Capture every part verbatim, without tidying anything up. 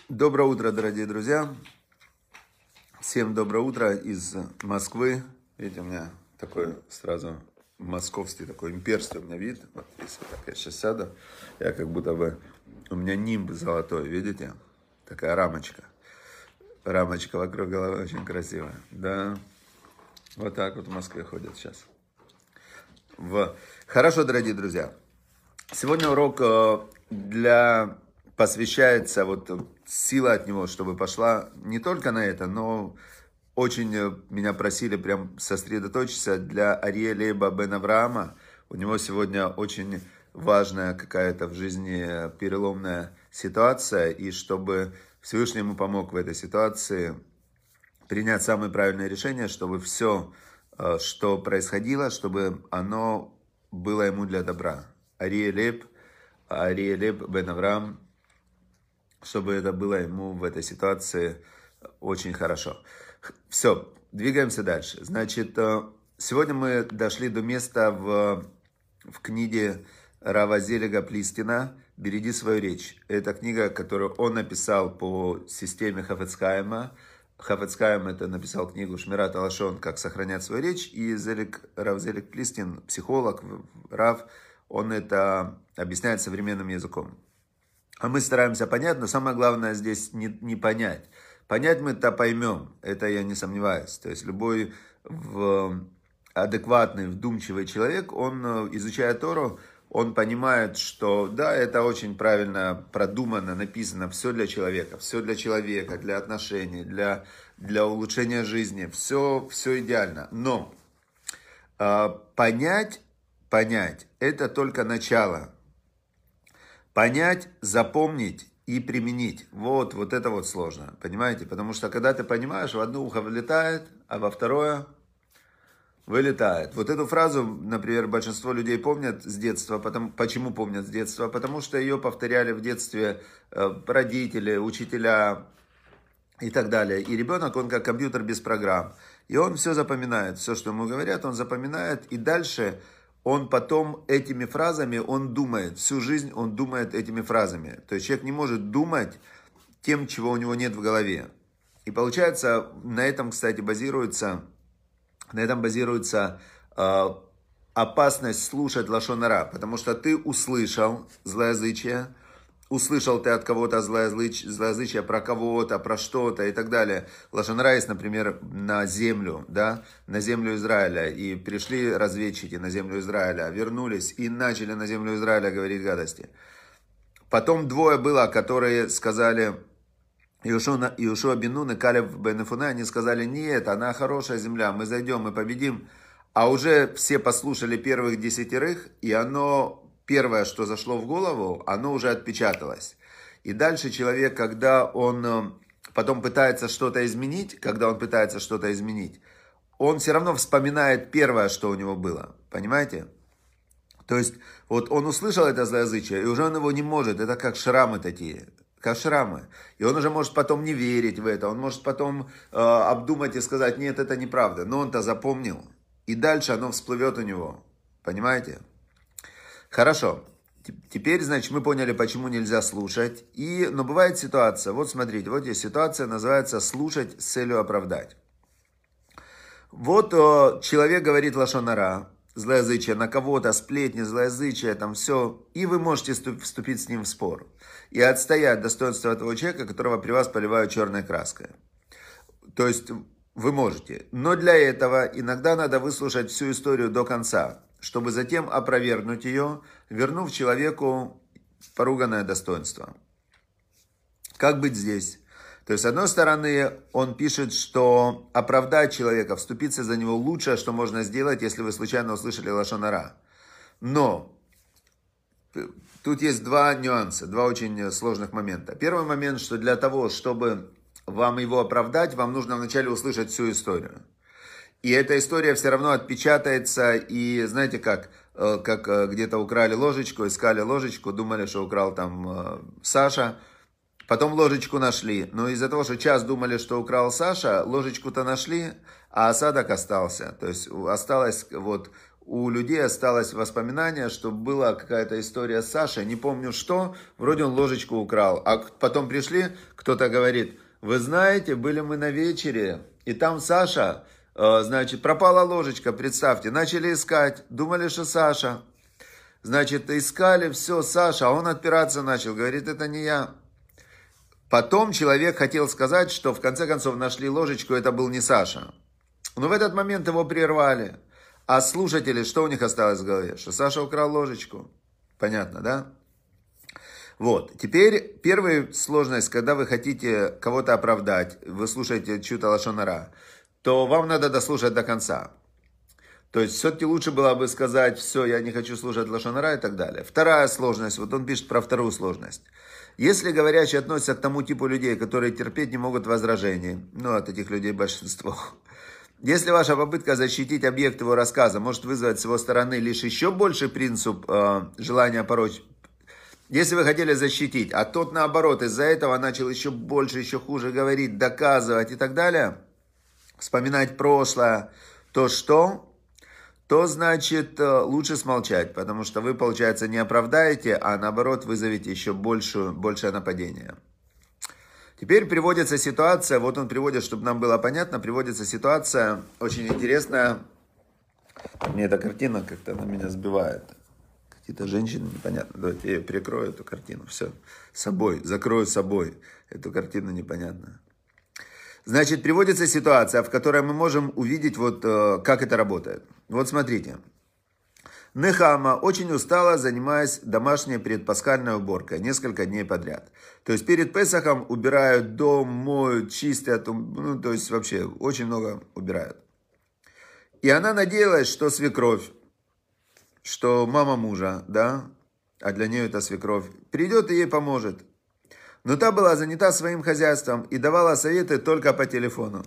Доброе утро, дорогие друзья. Всем доброе утро из Москвы. Видите, у меня такой сразу московский, такой имперский у меня вид. Вот если так я сейчас сяду, я как будто бы, у меня нимб золотой, видите? Такая рамочка. Рамочка вокруг головы очень красивая. Да, вот так вот в Москве ходят сейчас. В... Хорошо, дорогие друзья. Сегодня урок для... посвящается вот сила от него, чтобы пошла не только на это, но очень меня просили прям сосредоточиться для Арье Лейба бен Авраама. У него сегодня очень важная какая-то в жизни переломная ситуация, и чтобы Всевышний ему помог в этой ситуации принять самое правильное решение, чтобы все, что происходило, чтобы оно было ему для добра. Арье Лейб, Арье Лейб бен Авраам, чтобы это было ему в этой ситуации очень хорошо. Все, двигаемся дальше. Значит, сегодня мы дошли до места в, в книге Рава Зелега Плистина «Береги свою речь». Это книга, которую он написал по системе Хафец Хаима. Хафец Хаим это написал книгу Шмират ха-Лашон «Как сохранять свою речь». И Зелег, Рав Зелег Плистин, психолог, Рав, он это объясняет современным языком. А мы стараемся понять, но самое главное здесь не, не понять. Понять мы это поймем, это я не сомневаюсь. То есть любой в, адекватный, вдумчивый человек, он, изучая Тору, он понимает, что да, это очень правильно продумано, написано, все для человека, все для человека, для отношений, для, для улучшения жизни, все, все идеально. Но э, понять, понять, это только начало. Понять, запомнить и применить. Вот, вот это вот сложно. Понимаете? Потому что когда ты понимаешь, в одно ухо вылетает, а во второе вылетает. Вот эту фразу, например, большинство людей помнят с детства. Потому, почему помнят с детства? Потому что ее повторяли в детстве родители, учителя и так далее. И ребенок, он как компьютер без программ. И он все запоминает. Все, что ему говорят, он запоминает. И дальше... он потом этими фразами, он думает, всю жизнь он думает этими фразами. То есть человек не может думать тем, чего у него нет в голове. И получается, на этом, кстати, базируется, на этом базируется э, опасность слушать лашон ара. Потому что ты услышал злоязычие, услышал ты от кого-то злоязычие про кого-то, про что-то и так далее. Лашон ара есть, например, на землю, да, на землю Израиля. И пришли разведчики на землю Израиля, вернулись и начали на землю Израиля говорить гадости. Потом двое было, которые сказали, Иешуа бен Нун и Калеб бен Ефуне, они сказали, нет, она хорошая земля, мы зайдем, мы победим. А уже все послушали первых десятерых, и оно... Первое, что зашло в голову, оно уже отпечаталось. И дальше человек, когда он потом пытается что-то изменить, когда он пытается что-то изменить, он все равно вспоминает первое, что у него было. Понимаете? То есть, вот он услышал это злоязычие, и уже он его не может. Это как шрамы такие. Как шрамы. И он уже может потом не верить в это. Он может потом э, обдумать и сказать, нет, это неправда. Но он-то запомнил. И дальше оно всплывет у него. Понимаете? Хорошо, теперь, значит, мы поняли, почему нельзя слушать. И, но бывает ситуация, вот смотрите, вот есть ситуация, называется «слушать с целью оправдать». Вот о, человек говорит лашон ара, злоязычие, на кого-то, сплетни, злоязычие, там все, и вы можете вступить с ним в спор. И отстоять достоинство этого человека, которого при вас поливают черной краской. То есть вы можете. Но для этого иногда надо выслушать всю историю до конца, чтобы затем опровергнуть ее, вернув человеку поруганное достоинство. Как быть здесь? То есть, с одной стороны, он пишет, что оправдать человека, вступиться за него лучшее, что можно сделать, если вы случайно услышали лашон ара. Но тут есть два нюанса, два очень сложных момента. Первый момент, что для того, чтобы вам его оправдать, вам нужно вначале услышать всю историю. И эта история все равно отпечатается, и знаете как, как где-то украли ложечку, искали ложечку, думали, что украл там Саша, потом ложечку нашли. Но из-за того, что час думали, что украл Саша, ложечку-то нашли, а осадок остался. То есть осталось вот у людей осталось воспоминание, что была какая-то история с Сашей, не помню что, вроде он ложечку украл. А потом пришли, кто-то говорит, вы знаете, были мы на вечере, и там Саша, значит, пропала ложечка, представьте, начали искать, думали, что Саша. Значит, искали, все, Саша, а он отпираться начал, говорит, это не я. Потом человек хотел сказать, что в конце концов нашли ложечку, это был не Саша. Но в этот момент его прервали. А слушатели, что у них осталось в голове? Что Саша украл ложечку. Понятно, да? Вот. Теперь первая сложность, когда вы хотите кого-то оправдать, вы слушаете чью-то лашон ара, то вам надо дослушать до конца. То есть все-таки лучше было бы сказать, все, я не хочу слушать лашон ара и так далее. Вторая сложность, вот он пишет про вторую сложность. Если говорящий относится к тому типу людей, которые терпеть не могут возражений, ну, от этих людей большинство. Если ваша попытка защитить объект его рассказа может вызвать с его стороны лишь еще больший принцип э, желания порочь, если вы хотели защитить, а тот наоборот из-за этого начал еще больше, еще хуже говорить, доказывать и так далее, вспоминать прошлое, то что? То значит лучше смолчать, потому что вы, получается, не оправдаете, а наоборот вызовете еще большую, большее нападение. Теперь приводится ситуация, вот он приводит, чтобы нам было понятно, приводится ситуация очень интересная. Мне эта картина как-то на меня сбивает. Какие-то женщины, непонятно. Давайте я ее перекрою, эту картину. Все, собой, закрою собой эту картину непонятную. Значит, приводится ситуация, в которой мы можем увидеть, вот как это работает. Вот смотрите. Нехама очень устала, занимаясь домашней предпасхальной уборкой несколько дней подряд. То есть перед Песахом убирают дом, моют, чистят, ну, то есть вообще очень много убирают. И она надеялась, что свекровь, что мама мужа, да, а для нее это свекровь, придет и ей поможет. Но та была занята своим хозяйством и давала советы только по телефону.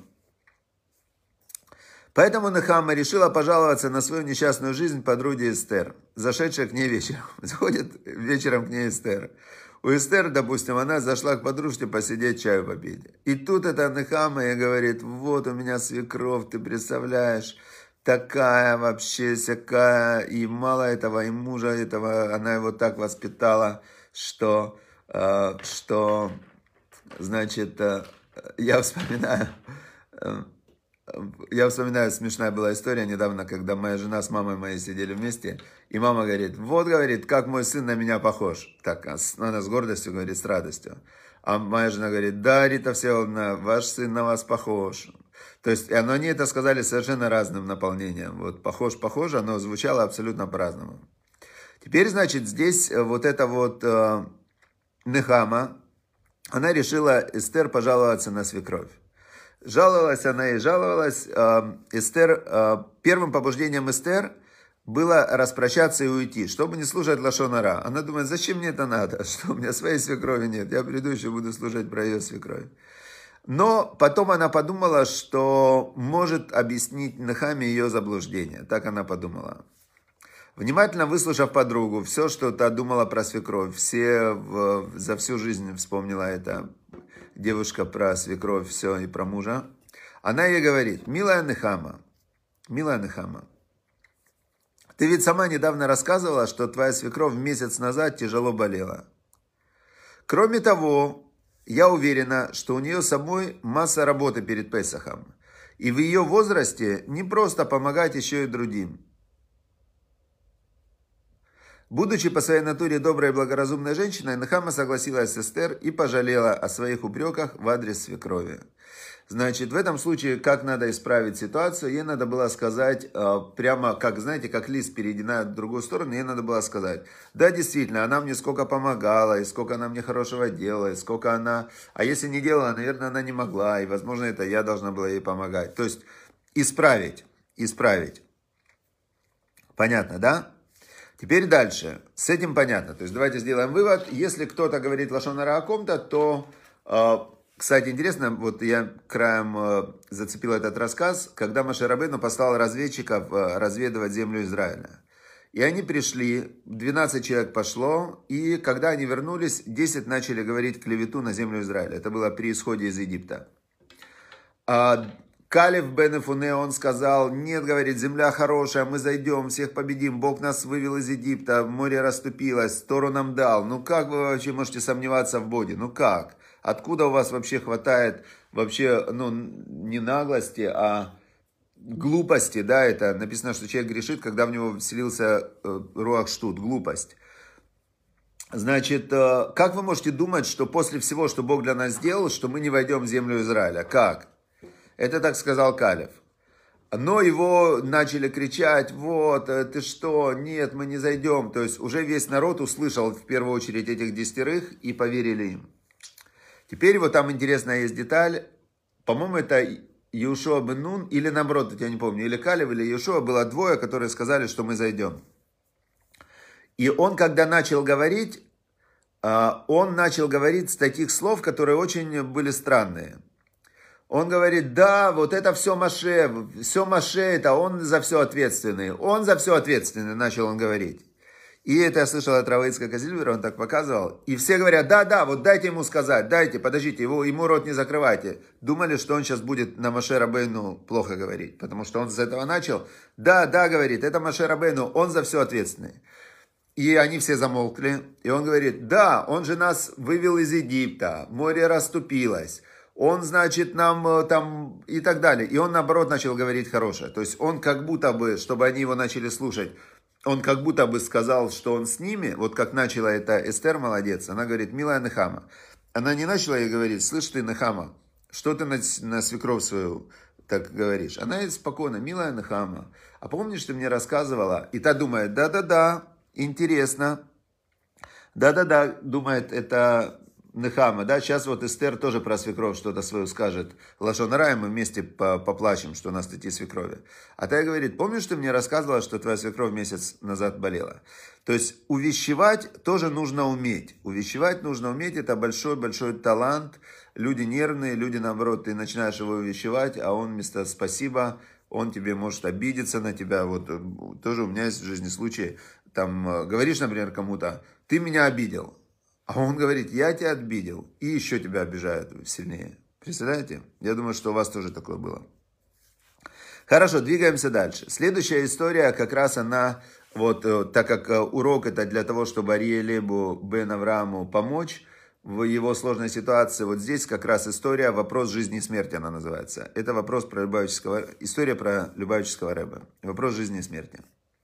Поэтому Нехама решила пожаловаться на свою несчастную жизнь подруге Эстер, зашедшей к ней вечером. Заходит вечером к ней Эстер. У Эстер, допустим, она зашла к подружке посидеть, чаю попить. И тут эта Нехама ей говорит, вот у меня свекровь, ты представляешь, такая вообще всякая, и мало этого, и мужа этого, она его так воспитала, что, э, что значит, э, я вспоминаю... Э, Я вспоминаю, смешная была история недавно, когда моя жена с мамой моей сидели вместе, и мама говорит, вот, говорит, как мой сын на меня похож. Так, она с гордостью говорит, с радостью. А моя жена говорит, да, Рита Всеволодовна, ваш сын на вас похож. То есть, и они это сказали совершенно разным наполнением. Вот похож, похоже, оно звучало абсолютно по-разному. Теперь, значит, здесь вот эта вот э, Нехама, она решила Эстер пожаловаться на свекровь. Жаловалась она и жаловалась. Эстер, первым побуждением Эстер было распрощаться и уйти, чтобы не слушать лашон ара. Она думает, зачем мне это надо, что у меня своей свекрови нет, я приду еще буду слушать про ее свекровь. Но потом она подумала, что может объяснить Нехаме ее заблуждение. Так она подумала. Внимательно выслушав подругу, все, что та думала про свекровь, все в, за всю жизнь вспомнила это, девушка про свекровь, все, и про мужа. Она ей говорит, милая Нехама, милая Нехама, ты ведь сама недавно рассказывала, что твоя свекровь месяц назад тяжело болела. Кроме того, я уверена, что у нее самой масса работы перед Песахом. И в ее возрасте не просто помогать еще и другим. Будучи по своей натуре доброй и благоразумной женщиной, Нехама согласилась с Эстер и пожалела о своих упреках в адрес свекрови. Значит, в этом случае, как надо исправить ситуацию, ей надо было сказать, прямо, как, знаете, как лист перейдена в другую сторону, ей надо было сказать, да, действительно, она мне сколько помогала, и сколько она мне хорошего делала, и сколько она... А если не делала, наверное, она не могла, и, возможно, это я должна была ей помогать. То есть, исправить, исправить. Понятно, да? Теперь дальше. С этим понятно. То есть давайте сделаем вывод. Если кто-то говорит лашон ара о ком-то, то, э, кстати, интересно, вот я краем э, зацепил этот рассказ, когда Моше Рабейну послал разведчиков э, разведывать землю Израиля. И они пришли, двенадцать человек пошло, и когда они вернулись, десять начали говорить клевету на землю Израиля. Это было при исходе из Египта. А Калев бен Ифуне, он сказал, нет, говорит, земля хорошая, мы зайдем, всех победим, Бог нас вывел из Египта, море расступилось, Тору нам дал. Ну как вы вообще можете сомневаться в Боге? Ну как? Откуда у вас вообще хватает вообще, ну, не наглости, а глупости, да, это написано, что человек грешит, когда в него вселился э, руах штут, глупость. Значит, э, как вы можете думать, что после всего, что Бог для нас сделал, что мы не войдем в землю Израиля? Как? Это так сказал Калев. Но его начали кричать, вот, ты что, нет, мы не зайдем. То есть уже весь народ услышал в первую очередь этих десятерых и поверили им. Теперь вот там интересная есть деталь. По-моему, это Иешуа бен Нун, или наоборот, я не помню, или Калев, или Иешуа, было двое, которые сказали, что мы зайдем. И он, когда начал говорить, он начал говорить с таких слов, которые очень были странные. Он говорит, да, вот это все Моше, все Моше, это он за все ответственный, он за все ответственный, начал он говорить. И это я слышал от Рава Ицхака Зильбера, он так показывал. И все говорят, да, да, вот дайте ему сказать, дайте, подождите, его, ему рот не закрывайте. Думали, что он сейчас будет на Моше Рабейну плохо говорить, потому что он с этого начал. Да, да, говорит, это Моше Рабейну, он за все ответственный. И они все замолкли, и он говорит, да, он же нас вывел из Египта, море расступилось. Он, значит, нам там и так далее. И он, наоборот, начал говорить хорошее. То есть он как будто бы, чтобы они его начали слушать, он как будто бы сказал, что он с ними. Вот как начала это Эстер, молодец. Она говорит, милая Нехама. Она не начала ей говорить, слышь ты, Нехама, что ты на, на свекровь свою так говоришь? Она ей спокойно, милая Нехама. А помнишь, ты мне рассказывала? И та думает, да-да-да, интересно. Да-да-да, думает, это... Нехама, да, сейчас вот Эстер тоже про свекровь что-то свое скажет. Лашон ара, мы вместе поплачем, что у нас такие свекрови. А та говорит, помнишь, ты мне рассказывала, что твоя свекровь месяц назад болела? То есть увещевать тоже нужно уметь. Увещевать нужно уметь, это большой-большой талант. Люди нервные, люди наоборот, ты начинаешь его увещевать, а он вместо спасибо, он тебе может обидеться на тебя. Вот тоже у меня есть в жизни случаи, там говоришь, например, кому-то, ты меня обидел. А он говорит, я тебя обидел, и еще тебя обижают сильнее. Представляете? Я думаю, что у вас тоже такое было. Хорошо, двигаемся дальше. Следующая история, как раз она, вот так как урок это для того, чтобы Ариэлебу бен Аврааму помочь в его сложной ситуации, вот здесь как раз история, вопрос жизни и смерти она называется. Это вопрос про Любавического, история про Любавического рэбе. Вопрос жизни и смерти.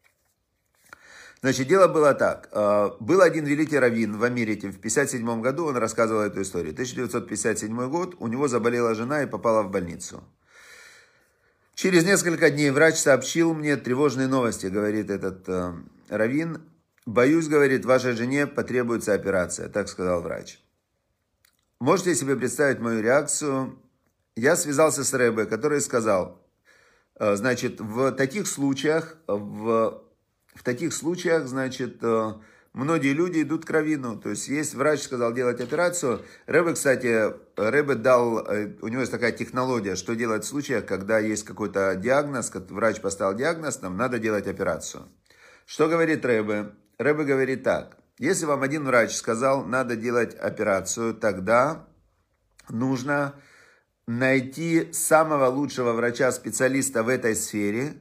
Значит, дело было так. Был один великий раввин в Америке в пятьдесят седьмом году, он рассказывал эту историю. тысяча девятьсот пятьдесят седьмой год, у него заболела жена и попала в больницу. Через несколько дней врач сообщил мне тревожные новости, говорит этот э, раввин. Боюсь, говорит, вашей жене потребуется операция, так сказал врач. Можете себе представить мою реакцию? Я связался с рэбе, который сказал, э, значит, в таких случаях, в... В таких случаях, значит, многие люди идут к раввину. То есть, есть врач сказал делать операцию. Рэбе, кстати, Рэбе дал, у него есть такая технология, что делать в случаях, когда есть какой-то диагноз, врач поставил диагноз, нам надо делать операцию. Что говорит Рэбе? Рэбе говорит так. Если вам один врач сказал, надо делать операцию, тогда нужно найти самого лучшего врача-специалиста в этой сфере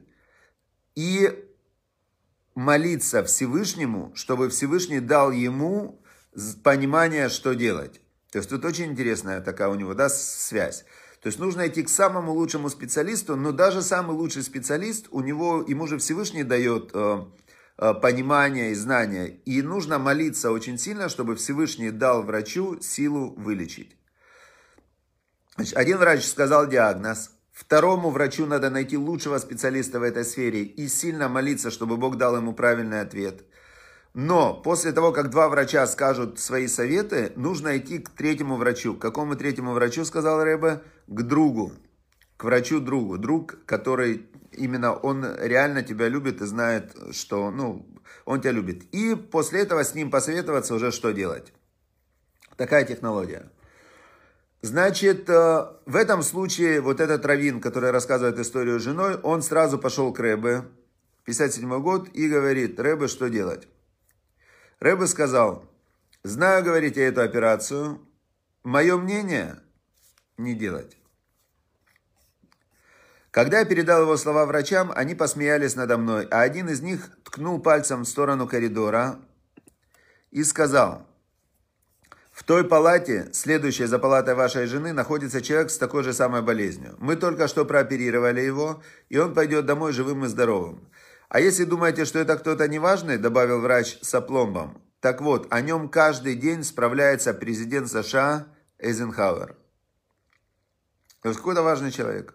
и молиться Всевышнему, чтобы Всевышний дал ему понимание, что делать. То есть тут очень интересная такая у него, да, связь. То есть нужно идти к самому лучшему специалисту, но даже самый лучший специалист, у него, ему же Всевышний дает э, э, понимание и знания. И нужно молиться очень сильно, чтобы Всевышний дал врачу силу вылечить. Значит, один врач сказал диагноз. Второму врачу надо найти лучшего специалиста в этой сфере и сильно молиться, чтобы Бог дал ему правильный ответ. Но после того, как два врача скажут свои советы, нужно идти к третьему врачу. К какому третьему врачу, сказал Рэбе? К другу. К врачу-другу. Друг, который именно он реально тебя любит и знает, что ну, он тебя любит. И после этого с ним посоветоваться уже, что делать. Такая технология. Значит, в этом случае вот этот раввин, который рассказывает историю с женой, он сразу пошел к Рэбе, пятьдесят седьмой год, и говорит, Рэбе, что делать? Рэбе сказал, знаю, говорит, я эту операцию, мое мнение, не делать. Когда я передал его слова врачам, они посмеялись надо мной, а один из них ткнул пальцем в сторону коридора и сказал: в той палате, следующей за палатой вашей жены, находится человек с такой же самой болезнью. Мы только что прооперировали его, и он пойдет домой живым и здоровым. А если думаете, что это кто-то неважный, добавил врач с опломбом, так вот, о нем каждый день справляется президент США Эйзенхауэр. То есть какой-то важный человек.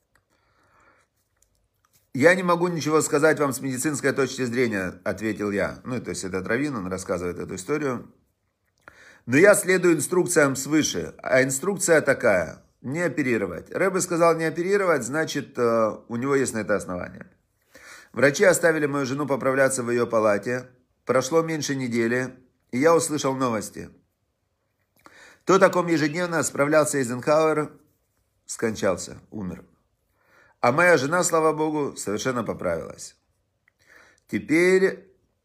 «Я не могу ничего сказать вам с медицинской точки зрения», ответил я. Ну, то есть этот раввин, он рассказывает эту историю. «Но я следую инструкциям свыше, а инструкция такая: не оперировать. Рэбе сказал не оперировать, значит, у него есть на это основание». Врачи оставили мою жену поправляться в ее палате. Прошло меньше недели, и я услышал новости. Тот, о ком ежедневно справлялся Эйзенхауэр, скончался, умер. А моя жена, слава богу, совершенно поправилась. Теперь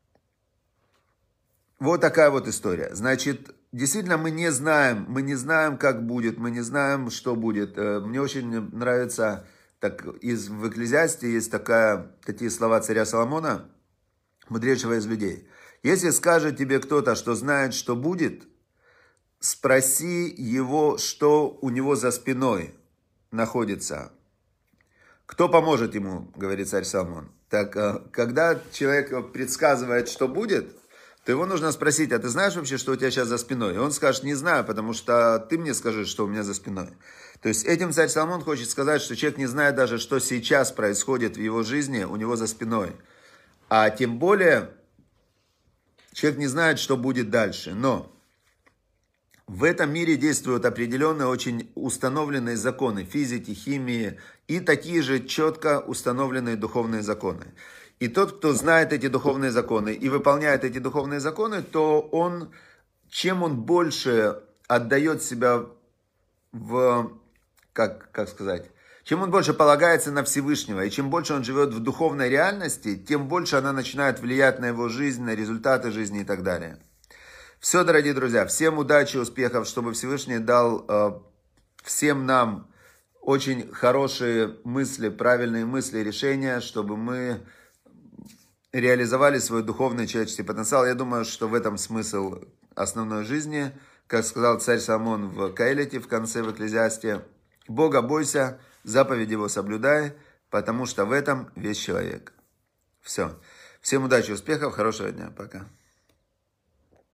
вот такая вот история. Значит, действительно мы не знаем, мы не знаем, как будет, мы не знаем, что будет. Мне очень нравится, так, из, в Экклезиасте есть такая, такие слова царя Соломона, мудрейшего из людей. Если скажет тебе кто-то, что знает, что будет, спроси его, что у него за спиной находится. Кто поможет ему, говорит царь Соломон. Так, когда человек предсказывает, что будет, то его нужно спросить: а ты знаешь вообще, что у тебя сейчас за спиной? И он скажет: не знаю, потому что ты мне скажи, что у меня за спиной. То есть этим царь Соломон хочет сказать, что человек не знает даже, что сейчас происходит в его жизни у него за спиной. А тем более, человек не знает, что будет дальше. Но в этом мире действуют определенные, очень установленные законы физики, химии и такие же четко установленные духовные законы. И тот, кто знает эти духовные законы и выполняет эти духовные законы, то он, чем он больше отдает себя в, как, как сказать, чем он больше полагается на Всевышнего, и чем больше он живет в духовной реальности, тем больше она начинает влиять на его жизнь, на результаты жизни и так далее. Все, дорогие друзья, всем удачи, успехов, чтобы Всевышний дал э, всем нам очень хорошие мысли, правильные мысли, решения, чтобы мы реализовали свой духовный человеческий потенциал. Я думаю, что в этом смысл основной жизни. Как сказал царь Соломон в Каэлите, в конце, в Экклезиасте: Бога бойся, заповеди его соблюдай, потому что в этом весь человек. Все. Всем удачи, успехов, хорошего дня. Пока.